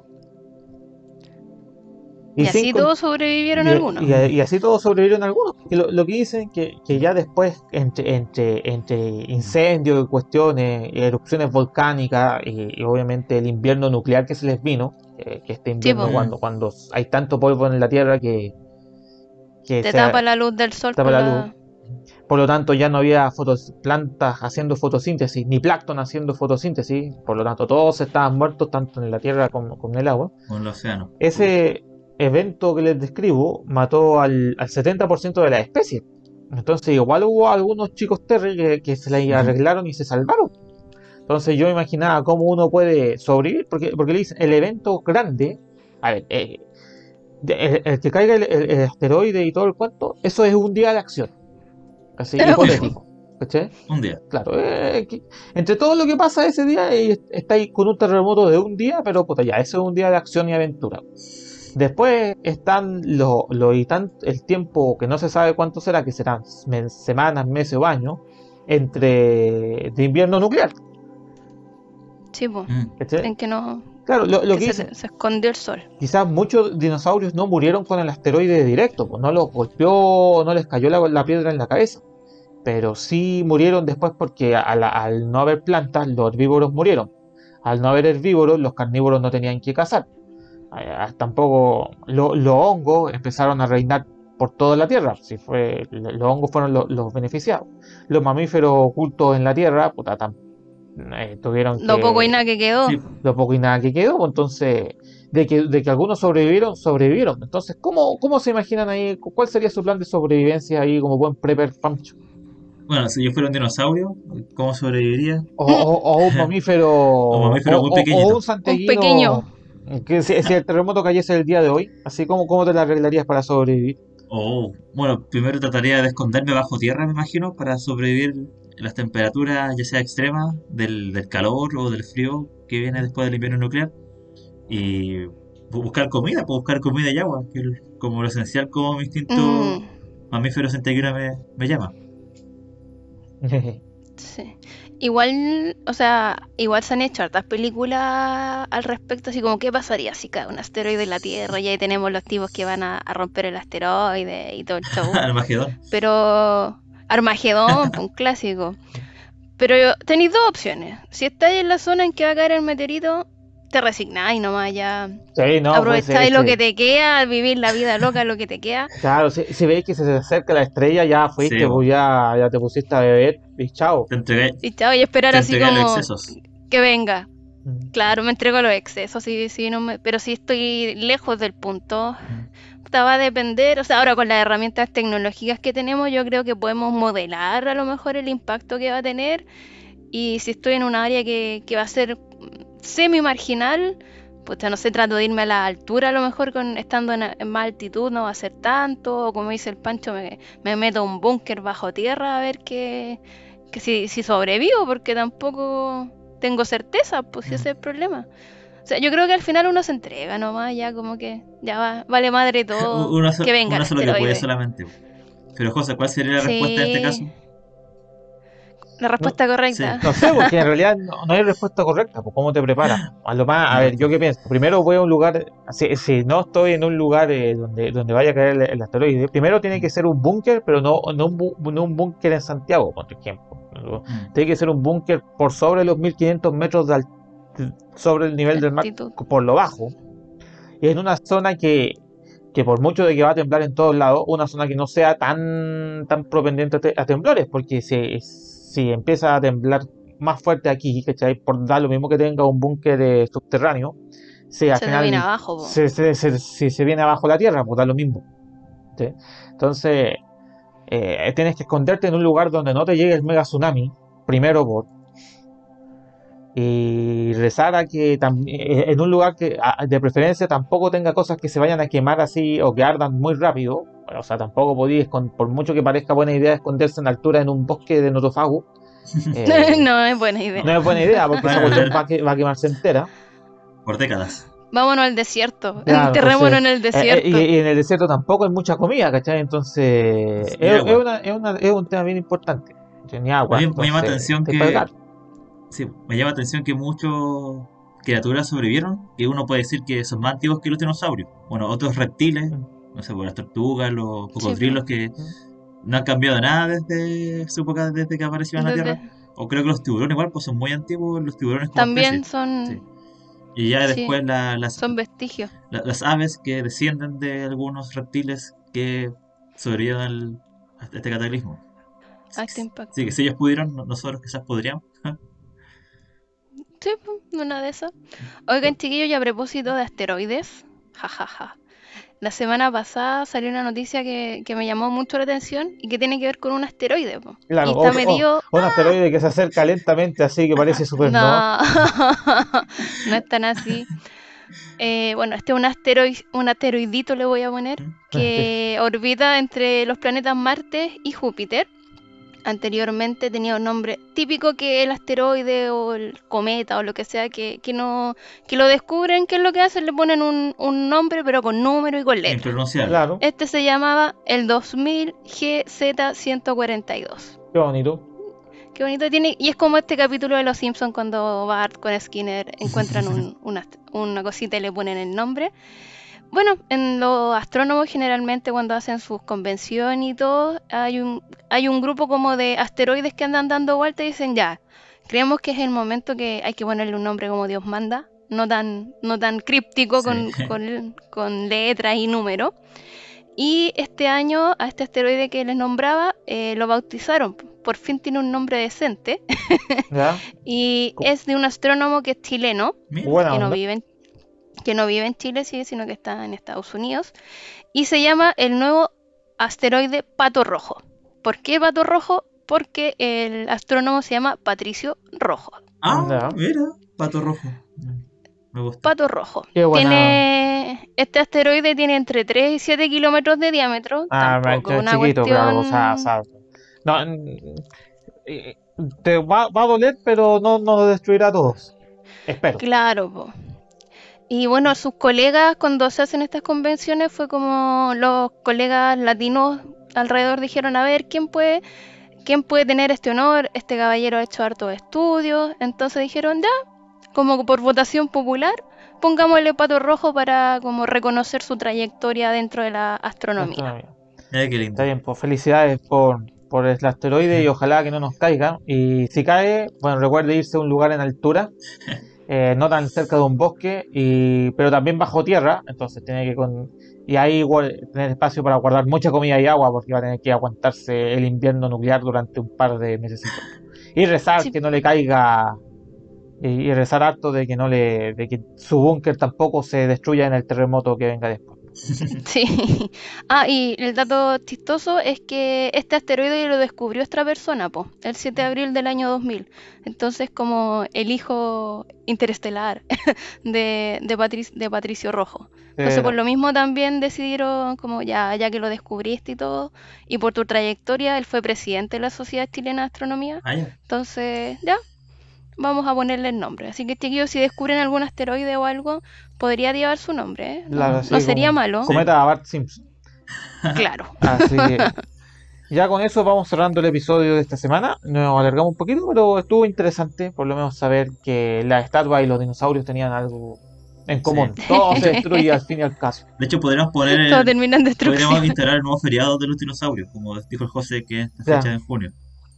Y así sin con- todos sobrevivieron algunos. y así todos sobrevivieron algunos. Que lo que dicen que ya después, entre incendios y cuestiones, erupciones volcánicas y obviamente el invierno nuclear que se les vino, que este invierno po. cuando hay tanto polvo en la Tierra que Te se tapa la luz del sol tapa con la la... luz. Por lo tanto, ya no había plantas haciendo fotosíntesis, ni plancton haciendo fotosíntesis. Por lo tanto, todos estaban muertos, tanto en la Tierra como en el agua. Con el océano. Ese evento que les describo mató al 70% de la especie. Entonces, igual hubo algunos chicos Terry que se la arreglaron y se salvaron. Entonces, yo imaginaba cómo uno puede sobrevivir, porque le dicen el evento grande. A ver, el que caiga el asteroide y todo el cuento, eso es un día de acción. Así hipotético. ¿Cachai? Un día. Claro, entre todo lo que pasa ese día, está ahí con un terremoto de un día, pero puta, ya, eso es un día de acción y aventura. Después están el tiempo que no se sabe cuánto será, que serán semanas, meses o años, de invierno nuclear. Sí, po. ¿Cachai? En que no... Claro, lo que que dicen, se escondió el sol. quizás muchos dinosaurios no murieron con el asteroide directo, pues no los golpeó, no les cayó la piedra en la cabeza. Pero sí murieron después porque al no haber plantas, los herbívoros murieron. Al no haber herbívoros, los carnívoros no tenían que cazar. tampoco los hongos empezaron a reinar por toda la Tierra. Si los hongos fueron los beneficiados. Los mamíferos ocultos en la Tierra, puta, tuvieron Lo poco y que nada que quedó. Sí, lo poco y nada que quedó. Pues, entonces, de que algunos sobrevivieron. Entonces, ¿cómo se imaginan ahí? ¿Cuál sería su plan de sobrevivencia ahí como buen prepper Pancho? bueno, si yo fuera un dinosaurio, ¿cómo sobreviviría? O un mamífero, Un mamífero muy o un pequeñito. Un pequeño. santiaguino, que si el terremoto cayese el día de hoy, así como cómo te la arreglarías para sobrevivir. Oh, bueno, primero trataría de esconderme bajo tierra, me imagino, para sobrevivir en las temperaturas, ya sea extremas, del calor o del frío que viene después del invierno nuclear. Y buscar comida, pues buscar comida y agua, que es como lo esencial como mi instinto Mm, mamífero centequino me llama. sí. Igual, o sea, igual se han hecho hartas películas al respecto, así como qué pasaría si cae un asteroide en la Tierra y ahí tenemos los tipos que van a romper el asteroide y todo el show. Armagedón. Pero Armagedón, pues, un clásico. Pero tenéis dos opciones. Si estáis en la zona en que va a caer el meteorito, te resignáis nomás ya. Sí, no, pues Aprovecháis lo que te queda, vivir la vida loca, lo que te queda. claro, si veis que se acerca la estrella, ya Sí, fuiste, bo. pues ya te pusiste a beber y chao. Te entregué, Y chao, y esperar te así entregué a los como excesos. que venga. Mm. Claro, me entrego a los excesos, sí, no pero si estoy lejos del punto, puta, va a depender. O sea, ahora con las herramientas tecnológicas que tenemos, yo creo que podemos modelar a lo mejor el impacto que va a tener. Y si estoy en un área que va a ser semi-marginal, pues no sé, trato de irme a la altura a lo mejor estando en más altitud, no va a ser tanto. O como dice el Pancho, me meto a un búnker bajo tierra a ver que si sobrevivo, porque tampoco tengo certeza, pues si ese es el problema. O sea, yo creo que al final uno se entrega nomás, ya como que ya vale madre todo, que venga el Uno hace lo que puede asteroide. solamente. Pero José, ¿cuál sería la respuesta en este Sí, caso? la No, respuesta Sí. correcta. no sé, porque en realidad no hay respuesta correcta, pues cómo te preparas. A lo más, a No, ver, yo qué pienso. Primero voy a un lugar, si no estoy en un lugar donde vaya a caer el asteroide, primero tiene que ser un búnker, pero no un búnker en Santiago, por ejemplo. Tiene que ser un búnker por sobre los 1500 metros sobre el nivel del mar, Actitud. por lo bajo. Y en una zona que por mucho de que va a temblar en todos lados, una zona que no sea tan propendiente a temblores, porque si empieza a temblar más fuerte aquí, ¿cachai? Por dar lo mismo que tenga un búnker subterráneo, si al Se te viene final abajo, po. si se viene abajo la tierra, pues da lo mismo. ¿Sí? Entonces, tienes que esconderte en un lugar donde no te llegue el mega tsunami, primero y rezar a que en un lugar que de preferencia tampoco tenga cosas que se vayan a quemar así o que ardan muy rápido. O sea, tampoco podéis, por mucho que parezca buena idea, esconderse en altura en un bosque de notofago. No es buena idea. No es buena idea porque esa Bueno, cuestión va a quemarse entera. por décadas. Vámonos al desierto. Claro, Enterrémonos entonces, en el y desierto. en el desierto tampoco hay mucha comida, ¿cachai? Entonces, Ni agua. es un tema bien importante. Ni agua, Me llama entonces, atención te puede que pegar. sí, me llama atención que muchas criaturas sobrevivieron, que uno puede decir que son más antiguos que los dinosaurios. Bueno, otros reptiles, no sé, pues las tortugas, los Sí, cocodrilos que no han cambiado nada desde su época, desde que aparecieron en la Tierra. desde- O creo que los tiburones igual, pues son muy antiguos los tiburones como especie. también Sí. son, Y ya sí, después son vestigios. las aves que descienden de algunos reptiles que sobrevivieron a este cataclismo. A este Sí, impacto. que si ellos pudieron, nosotros quizás podríamos. Sí, pues, una de esas. Oigan, chiquillos, y a propósito de asteroides, jajaja. La semana pasada salió una noticia que me llamó mucho la atención y que tiene que ver con un asteroide, po. Y Claro, está medio... un asteroide que se acerca lentamente, así que parece supernova. No, no es tan así. Bueno, este es un asteroidito le voy a poner, que orbita entre los planetas Marte y Júpiter. Anteriormente tenía un nombre típico que el asteroide o el cometa o lo que sea que lo descubren, ¿qué es lo que hacen? Le ponen un nombre pero con número y con letra. Impronunciable. Claro, Este se llamaba el 2000 GZ142. qué bonito. Qué bonito tiene, y es como este capítulo de Los Simpsons cuando Bart con Skinner encuentran una cosita y le ponen el nombre. Bueno, en los astrónomos generalmente cuando hacen sus convenciones y todo, hay un grupo como de asteroides que andan dando vueltas y dicen ya, creemos que es el momento que hay que ponerle un nombre como Dios manda no tan críptico Sí. con letras y números. Y este año a este asteroide que les nombraba lo bautizaron. Por fin tiene un nombre decente. ¿Ya? Y es de un astrónomo que es chileno, Mira, Buena que no onda. vive en Chile, sí, sino que está en Estados Unidos. Y se llama el nuevo asteroide Pato Rojo. ¿Por qué Pato Rojo? Porque el astrónomo se llama Patricio Rojo. Ya. mira, pato rojo. Me gusta. Pato Rojo. Qué buena. Este asteroide tiene entre 3 y 7 kilómetros de diámetro. Tampoco Es una chiquito, claro. O cuestión. sea, no, eh, te va a doler, pero no lo destruirá a todos. Espero. Claro, po. Y bueno, sus colegas cuando se hacen estas convenciones fue como los colegas latinos alrededor dijeron, a ver, quién puede tener este honor? Este caballero ha hecho hartos estudios. Entonces dijeron, ya, como por votación popular, pongámosle Pato Rojo para como reconocer su trayectoria dentro de la astronomía. Astronomía. Mira qué Está lindo. bien, pues felicidades por el asteroide y ojalá que no nos caiga. Y si cae, bueno, recuerde irse a un lugar en altura, no tan cerca de un bosque, pero también bajo tierra. Entonces tiene que y ahí tener espacio para guardar mucha comida y agua porque va a tener que aguantarse el invierno nuclear durante un par de meses. Y rezar Sí, que no le caiga y rezar harto de que no de que su búnker tampoco se destruya en el terremoto que venga después. sí. Ah, y el dato chistoso es que este asteroide lo descubrió otra persona, po, el 7 de abril del año 2000. Entonces, como el hijo interestelar de Patricio Rojo. Entonces, por Era. lo mismo también decidieron, como ya que lo descubriste y todo, y por tu trayectoria, él fue presidente de la Sociedad Chilena de Astronomía. Ah, ya. Entonces, ya, vamos a ponerle el nombre. Así que, chiquillos, si descubren algún asteroide o algo, podría llevar su nombre, ¿eh? Claro, No así sería como malo. Sí. cometa a Bart Simpson. Claro. Así que ya con eso vamos cerrando el episodio de esta semana. Nos alargamos un poquito, pero estuvo interesante por lo menos saber que la estatua y los dinosaurios tenían algo en Sí. común. Todo De se hecho, destruye al fin y al caso. de hecho podríamos poner Todo termina en podríamos destrucción. instalar el nuevo feriado de los dinosaurios, como dijo el José, que es esta fecha Ya, en junio.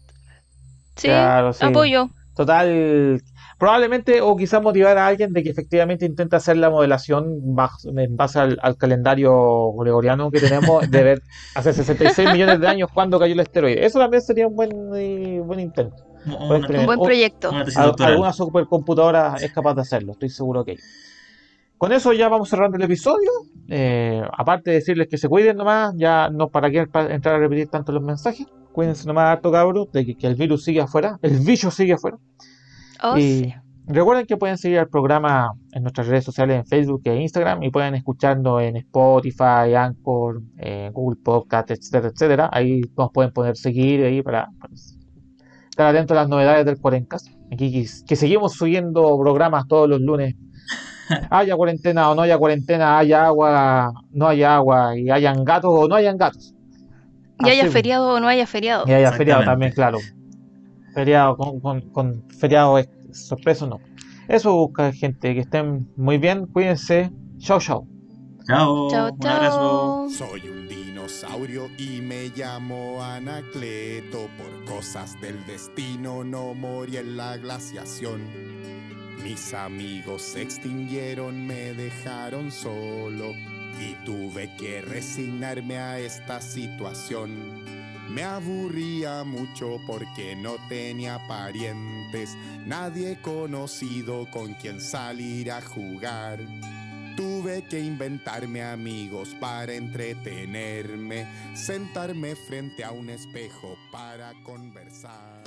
Sí, claro, sí. apoyo. Total, probablemente o quizás motivar a alguien de que efectivamente intente hacer la modelación en base al calendario gregoriano que tenemos de ver hace 66 millones de años cuando cayó el asteroide. Eso también sería un buen intento. Buen Una, Un experimento. buen proyecto. una tesis doctoral. Alguna supercomputadora es capaz de hacerlo, estoy seguro que hay. Con eso ya vamos cerrando el episodio. Aparte de decirles que se cuiden nomás, ya no para qué entrar a repetir tanto los mensajes. Cuídense nomás harto, cabros, de que el virus sigue afuera, el bicho sigue afuera. Oh, sí. Y recuerden que pueden seguir al programa en nuestras redes sociales en Facebook e Instagram y pueden escucharnos en Spotify, Anchor, Google Podcast, etcétera, etcétera. Ahí nos pueden poner seguir ahí para estar atentos a las novedades del Cuarencast. Aquí que seguimos subiendo programas todos los lunes. Haya cuarentena o no haya cuarentena, haya agua, no haya agua, y hayan gatos o no hayan gatos. Y haya Así, feriado o no haya feriado. y haya feriado también, Exactamente. claro. Feriado con feriado sorpreso, no. Eso busca gente, que estén muy bien, cuídense. Chao, chao. Chao, Chao, un abrazo. chao. Soy un dinosaurio y me llamo Anacleto. Por cosas del destino no morí en la glaciación. Mis amigos se extinguieron, me dejaron solo y tuve que resignarme a esta situación. Me aburría mucho porque no tenía parientes, nadie conocido con quien salir a jugar. Tuve que inventarme amigos para entretenerme, sentarme frente a un espejo para conversar.